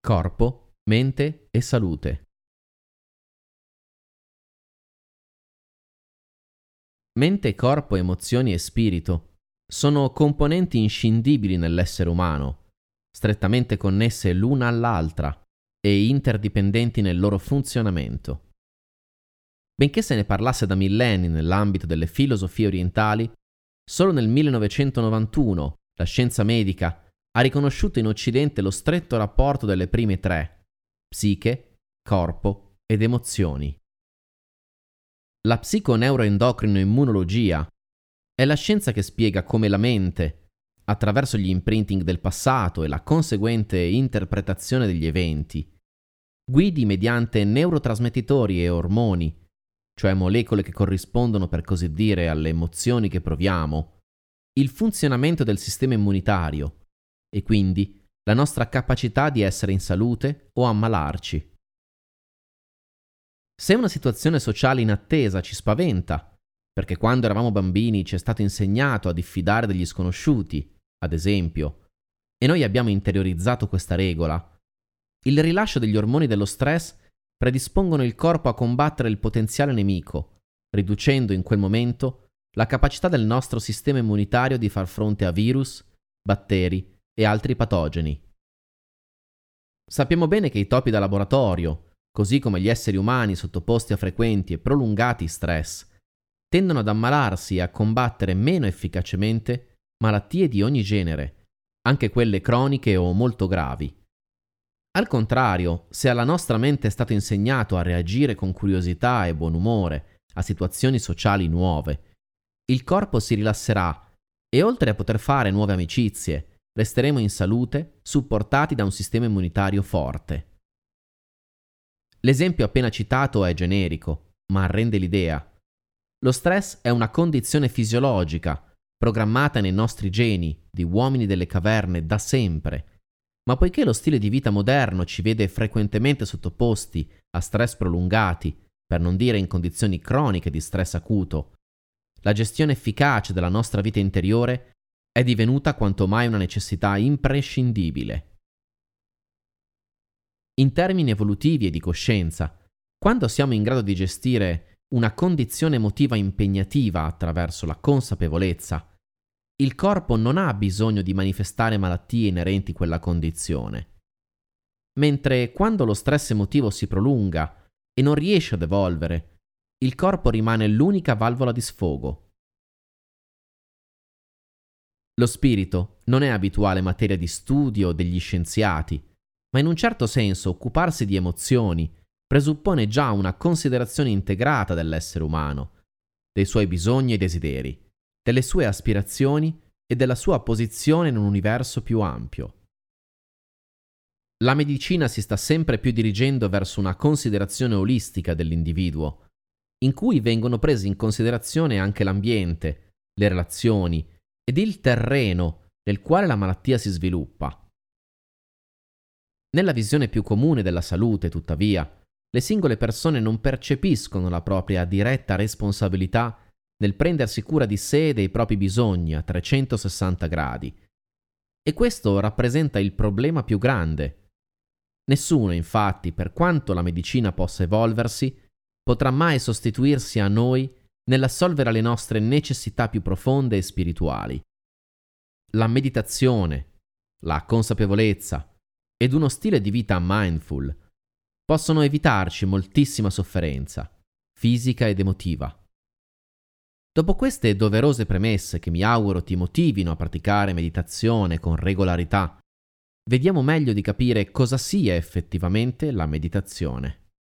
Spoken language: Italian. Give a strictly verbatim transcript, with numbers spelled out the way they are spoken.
corpo, mente e salute. Mente, corpo, emozioni e spirito sono componenti inscindibili nell'essere umano, strettamente connesse l'una all'altra e interdipendenti nel loro funzionamento. Benché se ne parlasse da millenni nell'ambito delle filosofie orientali, solo nel millenovecentonovantuno la scienza medica ha riconosciuto in Occidente lo stretto rapporto delle prime tre: psiche, corpo ed emozioni. La psiconeuroendocrino-immunologia è la scienza che spiega come la mente, attraverso gli imprinting del passato e la conseguente interpretazione degli eventi, guidi mediante neurotrasmettitori e ormoni, cioè molecole che corrispondono per così dire alle emozioni che proviamo, il funzionamento del sistema immunitario e quindi la nostra capacità di essere in salute o ammalarci. Se una situazione sociale inattesa ci spaventa, perché quando eravamo bambini ci è stato insegnato a diffidare degli sconosciuti, ad esempio, e noi abbiamo interiorizzato questa regola, il rilascio degli ormoni dello stress predispongono il corpo a combattere il potenziale nemico, riducendo in quel momento la capacità del nostro sistema immunitario di far fronte a virus, batteri e altri patogeni. Sappiamo bene che i topi da laboratorio, così come gli esseri umani sottoposti a frequenti e prolungati stress, tendono ad ammalarsi e a combattere meno efficacemente malattie di ogni genere, anche quelle croniche o molto gravi. Al contrario, se alla nostra mente è stato insegnato a reagire con curiosità e buon umore a situazioni sociali nuove, il corpo si rilasserà e oltre a poter fare nuove amicizie, resteremo in salute, supportati da un sistema immunitario forte. L'esempio appena citato è generico, ma rende l'idea. Lo stress è una condizione fisiologica, programmata nei nostri geni di uomini delle caverne da sempre, ma poiché lo stile di vita moderno ci vede frequentemente sottoposti a stress prolungati, per non dire in condizioni croniche di stress acuto, la gestione efficace della nostra vita interiore è divenuta quanto mai una necessità imprescindibile. In termini evolutivi e di coscienza, quando siamo in grado di gestire una condizione emotiva impegnativa attraverso la consapevolezza, il corpo non ha bisogno di manifestare malattie inerenti a quella condizione. Mentre quando lo stress emotivo si prolunga e non riesce ad evolvere, il corpo rimane l'unica valvola di sfogo. Lo spirito non è abituale materia di studio degli scienziati, ma in un certo senso occuparsi di emozioni presuppone già una considerazione integrata dell'essere umano, dei suoi bisogni e desideri, delle sue aspirazioni e della sua posizione in un universo più ampio. La medicina si sta sempre più dirigendo verso una considerazione olistica dell'individuo, in cui vengono presi in considerazione anche l'ambiente, le relazioni ed il terreno nel quale la malattia si sviluppa. Nella visione più comune della salute, tuttavia, le singole persone non percepiscono la propria diretta responsabilità nel prendersi cura di sé e dei propri bisogni a trecentosessanta gradi. E questo rappresenta il problema più grande. Nessuno, infatti, per quanto la medicina possa evolversi, potrà mai sostituirsi a noi nell'assolvere alle nostre necessità più profonde e spirituali. La meditazione, la consapevolezza ed uno stile di vita mindful possono evitarci moltissima sofferenza, fisica ed emotiva. Dopo queste doverose premesse che mi auguro ti motivino a praticare meditazione con regolarità, vediamo meglio di capire cosa sia effettivamente la meditazione.